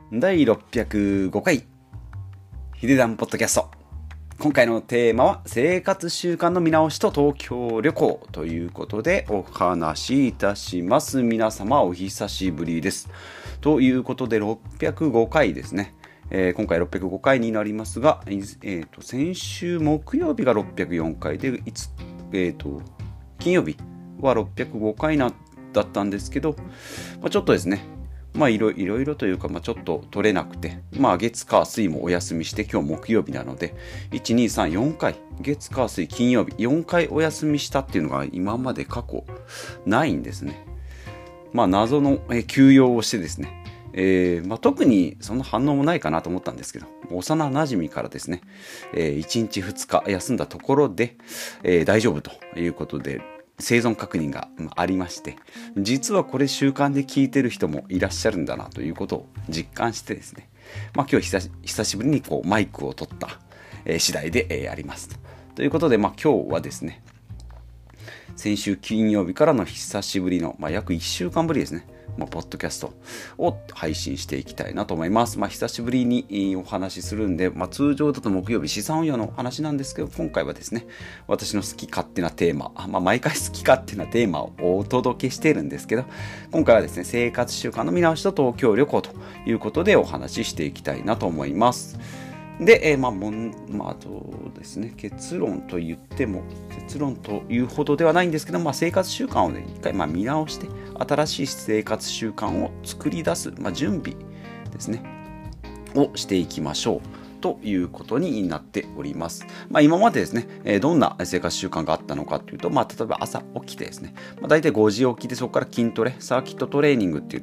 第605回ヒデダンポッドキャスト。今回のテーマは生活習慣の見直しと東京旅行ということでお話しいたします。皆様お久しぶりです。ということで605回ですね。今回605回になりますが、先週木曜日が604回で、金曜日は605回だったんですけど、ちょっとですね、いろいろというか、ちょっと取れなくて、月火水もお休みして、今日木曜日なので、1、2、3、4回、月火水金曜日、4回お休みしたっていうのが今まで過去ないんですね。謎の休養をしてですね、特にそんな反応もないかなと思ったんですけど、幼馴染からですね、1日2日休んだところで、大丈夫ということで、生存確認がありまして、実はこれ習慣で聞いてる人もいらっしゃるんだなということを実感してですね、今日久しぶりにマイクを取った、次第で、ありますということで、今日はですね、先週金曜日からの久しぶりの、約1週間ぶりですね、ポッドキャストを配信していきたいなと思います。久しぶりにお話しするんで、通常だと木曜日資産運用の話なんですけど、今回はですね、私の好き勝手なテーマ、毎回好き勝手なテーマをお届けしているんですけど、今回はですね、生活習慣の見直しと東京旅行ということでお話ししていきたいなと思います。で、そうですね、結論というほどではないんですけど、生活習慣をね、一回見直して、新しい生活習慣を作り出す、準備ですね、をしていきましょう。ということになっております。今までですね、どんな生活習慣があったのかというと、例えば朝起きてですね、だいたい5時起きでそこから筋トレ、サーキットトレーニングって言って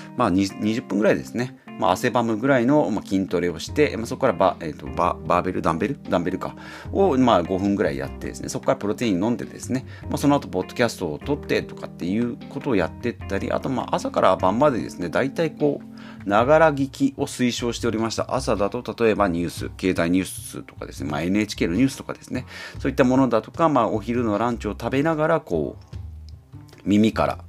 、20分ぐらいですね、汗ばむぐらいの筋トレをして、そこからバーベル、ダンベルかを5分ぐらいやってですね、そこからプロテイン飲んでですね、その後ポッドキャストを撮ってとかっていうことをやってったり、あと朝から晩までですね、だいたいながら聞きを推奨しておりました。朝だと例えばニュース、経済ニュースとかですね、NHK のニュースとかですね、そういったものだとか、お昼のランチを食べながら耳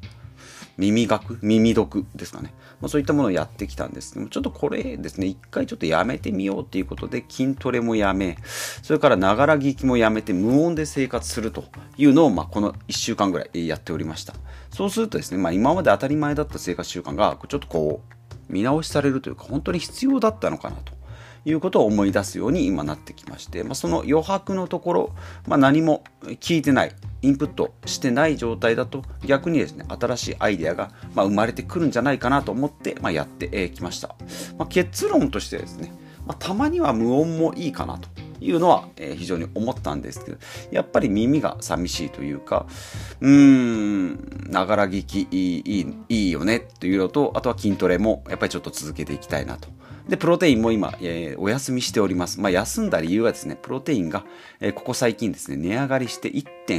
読ですかね、そういったものをやってきたんですけども、ちょっとこれですね、一回ちょっとやめてみようということで、筋トレもやめ、それからながら聞きもやめて無音で生活するというのをこの1週間ぐらいやっておりました。そうするとですね、今まで当たり前だった生活習慣がちょっと見直しされるというか、本当に必要だったのかなということを思い出すように今なってきまして、その余白のところ、何も聞いてない、インプットしてない状態だと、逆にですね、新しいアイデアが生まれてくるんじゃないかなと思ってやってきました。結論としてですね、たまには無音もいいかなというのは非常に思ったんですけど、やっぱり耳が寂しいというか、ながら聞きいいよねというのと、あとは筋トレもやっぱりちょっと続けていきたいなと。で、プロテインも今、お休みしております。休んだ理由はですね、プロテインが、ここ最近ですね、値上がりして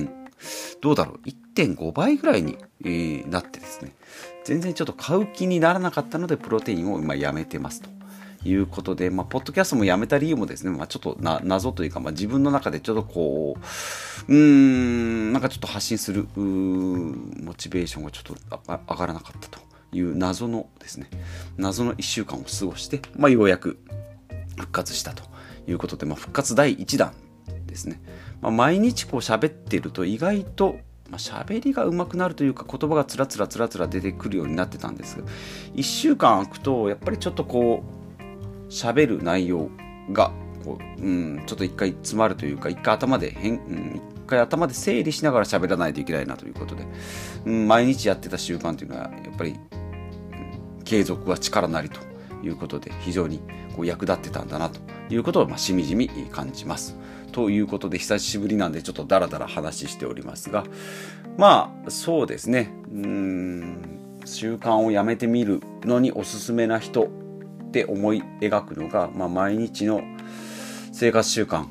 1.5 倍ぐらいに、なってですね、全然ちょっと買う気にならなかったので、プロテインを今やめてますということで、ポッドキャストもやめた理由もですね、ちょっと謎というか、自分の中でちょっとなんかちょっと発信するモチベーションがちょっと上がらなかったという謎の1週間を過ごして、ようやく復活したということで、復活第1弾ですね。毎日喋っていると意外と喋りが上手くなるというか、言葉がつらつら出てくるようになってたんですが、1週間空くとやっぱりちょっと喋る内容がちょっと一回詰まるというか、一回頭で整理しながら喋らないといけないなということで、毎日やってた習慣というのはやっぱり、継続は力なりということで、非常に役立ってたんだなということをしみじみ感じます。ということで、久しぶりなんでちょっとダラダラ話しておりますが、そうですね、習慣をやめてみるのにおすすめな人って思い描くのが、毎日の生活習慣、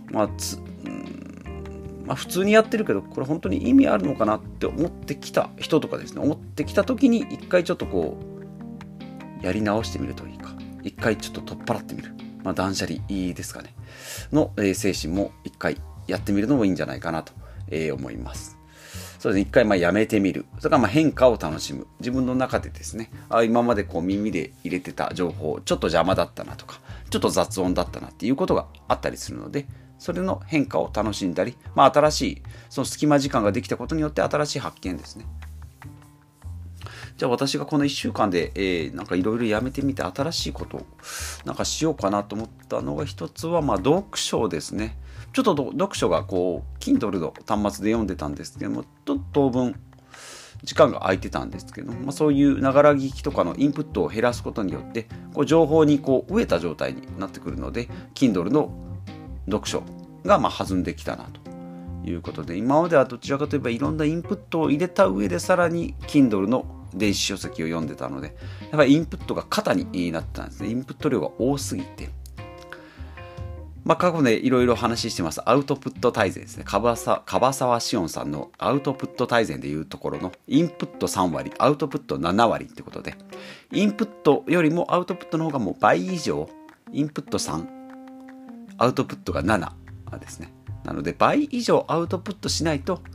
普通にやってるけど、これ本当に意味あるのかなって思ってきた人とかですね、思ってきた時に一回ちょっとやり直してみるというか、一回ちょっと取っ払ってみる、断捨離ですかねの精神も一回やってみるのもいいんじゃないかなと思います。 そうですね、一回やめてみる。それから変化を楽しむ。自分の中でですね、今まで耳で入れてた情報、ちょっと邪魔だったなとか、ちょっと雑音だったなっていうことがあったりするので、それの変化を楽しんだり、新しい、その隙間時間ができたことによって新しい発見ですね。じゃあ私がこの1週間で、なんかいろいろやめてみて新しいことをなんかしようかなと思ったのが一つは読書ですね。ちょっと読書がKindle の端末で読んでたんですけども、ちょっと当分時間が空いてたんですけども、そういうながら聞きとかのインプットを減らすことによって情報に飢えた状態になってくるので、Kindle の読書が弾んできたなということで、今まではどちらかといえばいろんなインプットを入れた上でさらに Kindle の電子書籍を読んでたので、やっぱりインプットが肩になってたんですね。インプット量が多すぎて、過去でいろいろ話してますアウトプット大全ですね。樺沢志音さんのアウトプット大全でいうところのインプット3割アウトプット7割ってことで、インプットよりもアウトプットの方がもう倍以上、インプット3アウトプットが7ですね。なので倍以上アウトプットしないと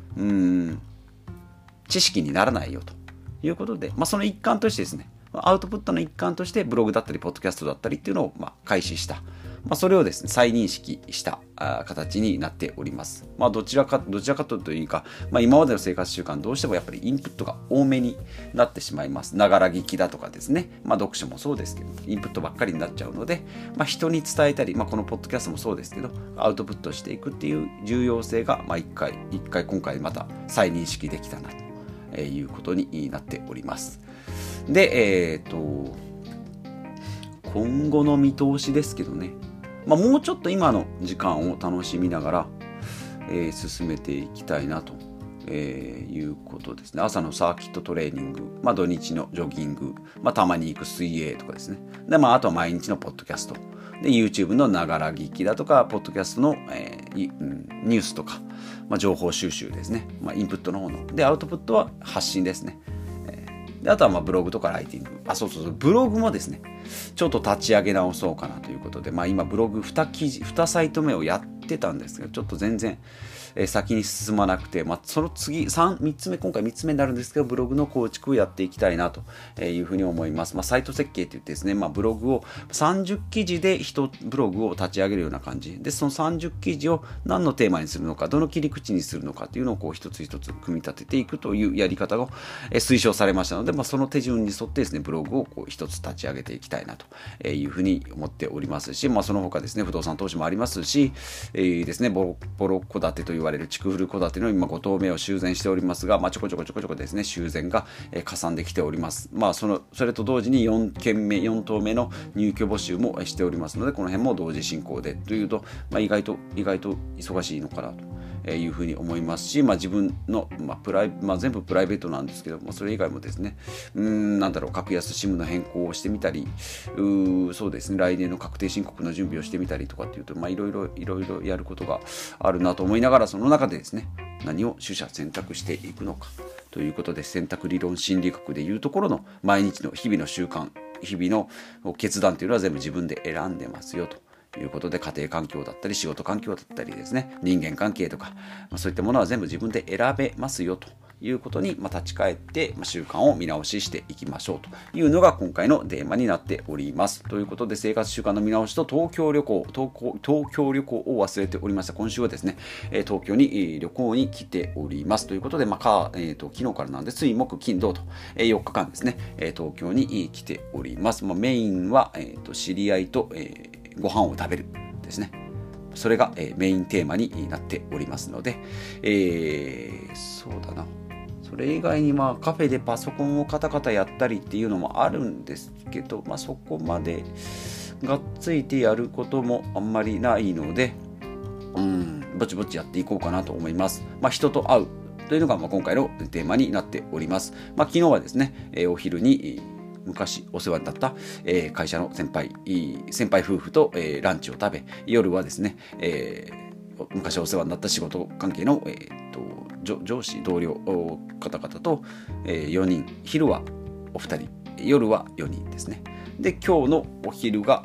知識にならないよということで、その一環としてですね、アウトプットの一環としてブログだったりポッドキャストだったりっていうのを開始した、それをですね再認識した形になっております。どちらかというか、今までの生活習慣どうしてもやっぱりインプットが多めになってしまいます。ながら聞きだとかですね、読書もそうですけどインプットばっかりになっちゃうので、人に伝えたり、このポッドキャストもそうですけどアウトプットしていくっていう重要性が一回今回また再認識できたなということになっております。で、今後の見通しですけどね、もうちょっと今の時間を楽しみながら、進めていきたいなと、いうことですね。朝のサーキットトレーニング、土日のジョギング、たまに行く水泳とかですね。で、あとは毎日のポッドキャストで YouTube のながら聞きだとかポッドキャストの、ニュースとか、情報収集ですね。インプットの方ので、アウトプットは発信ですね。であとはブログとかライティング、そうブログもですねちょっと立ち上げ直そうかなということで、今ブログ2サイト目をやってたんですが、ちょっと全然先に進まなくて、その次3つ目、今回3つ目になるんですけど、ブログの構築をやっていきたいなというふうに思います。サイト設計といってですね、ブログを30記事で1ブログを立ち上げるような感じで、その30記事を何のテーマにするのか、どの切り口にするのかというのを一つ一つ組み立てていくというやり方を推奨されましたので、その手順に沿ってですねブログを一つ立ち上げていきたいなというふうに思っておりますし、その他ですね不動産投資もありますし、ですねボロ戸建てと言われる築古戸建ての今5棟目を修繕しておりますが、ちょこちょこですね修繕がかさんできております。それと同時に4棟目の入居募集もしておりますので、この辺も同時進行でというと、意外と忙しいのかなというふうに思いますし、自分の、全部プライベートなんですけども、それ以外もですね格安SIMの変更をしてみたり、そうですね来年の確定申告の準備をしてみたりとかっていうと、いろいろやることがあるなと思いながら、その中でですね何を取捨選択していくのかということで、選択理論心理学でいうところの毎日の日々の習慣、日々の決断というのは全部自分で選んでますよということで、家庭環境だったり仕事環境だったりですね人間関係とか、そういったものは全部自分で選べますよということに立ち返って、習慣を見直ししていきましょうというのが今回のテーマになっております。ということで、生活習慣の見直しと東京旅行を忘れておりました。今週はですね東京に旅行に来ておりますということで、昨日からなんで水木金土と4日間ですね東京に来ております。メインは知り合いとご飯を食べるですね。それがメインテーマになっておりますので、そうだな、それ以外にカフェでパソコンをカタカタやったりっていうのもあるんですけど、そこまでがっついてやることもあんまりないので、ぼちぼちやっていこうかなと思います。人と会うというのが今回のテーマになっております。昨日はですねお昼に昔お世話になった、会社の先輩夫婦と、ランチを食べ、夜はですね、昔お世話になった仕事関係の、上司同僚方々と、4人、昼はお二人、夜は4人ですね。で今日のお昼が、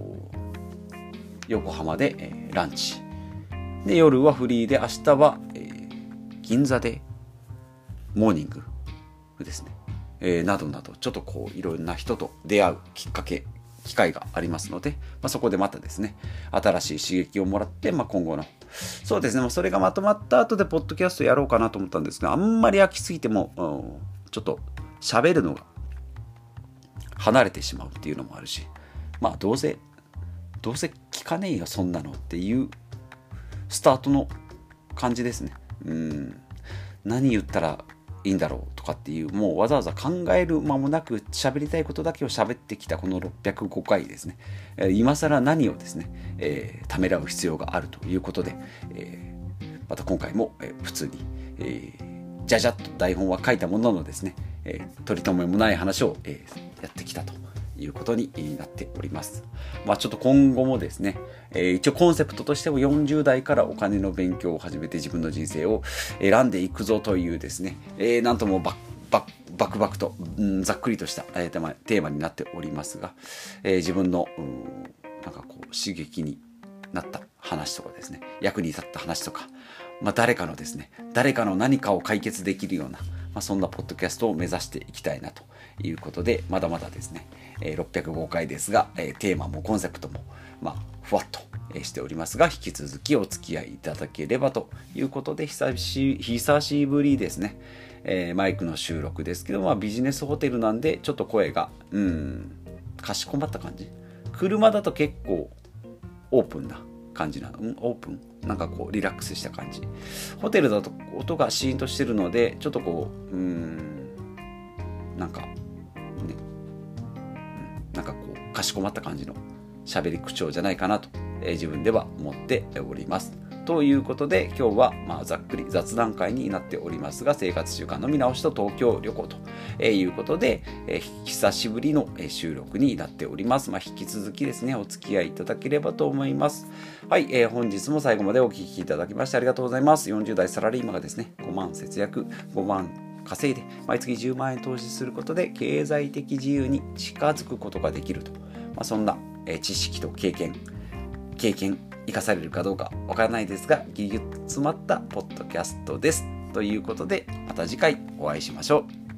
横浜で、ランチで、夜はフリーで、明日は、銀座でモーニングですね、などなどちょっといろんな人と出会う機会がありますので、そこでまたですね新しい刺激をもらって、今後のそうですね、それがまとまった後でポッドキャストやろうかなと思ったんですが、あんまり飽きすぎてもちょっと喋るのが離れてしまうっていうのもあるし、どうせ聞かねえよそんなのっていうスタートの感じですね。何言ったらいいんだろうとかっていう、もうわざわざ考える間もなく喋りたいことだけを喋ってきたこの605回ですね、今更何をですね、ためらう必要があるということで、また今回も、普通に、じゃじゃっと台本は書いたもののですね、取り留めもない話を、やってきたということになっております。ちょっと今後もですね、一応コンセプトとしても40代からお金の勉強を始めて自分の人生を選んでいくぞというですね、なんともバクバクと、ざっくりとした、テーマになっておりますが、自分の刺激になった話とかですね、役に立った話とか、誰かの何かを解決できるような、そんなポッドキャストを目指していきたいなということで、まだまだですね、605回ですが、テーマもコンセプトもふわっとしておりますが、引き続きお付き合いいただければということで、久しぶりですね、マイクの収録ですけど、ビジネスホテルなんでちょっと声がかしこまった感じ。車だと結構オープンな感じなの、オープンリラックスした感じ。ホテルだと音がシーンとしてるので、ちょっとかしこまった感じの喋り口調じゃないかなと、自分では思っております。ということで今日はざっくり雑談会になっておりますが、生活習慣の見直しと東京旅行ということで、久しぶりの収録になっております。引き続きですねお付き合いいただければと思います。はい、本日も最後までお聞きいただきましてありがとうございます。40代サラリーマンがですね5万節約、5万稼いで毎月10万円投資することで経済的自由に近づくことができると、そんな知識と経験生かされるかどうかわからないですが、ぎゅぎゅっと詰まったポッドキャストです。ということでまた次回お会いしましょう。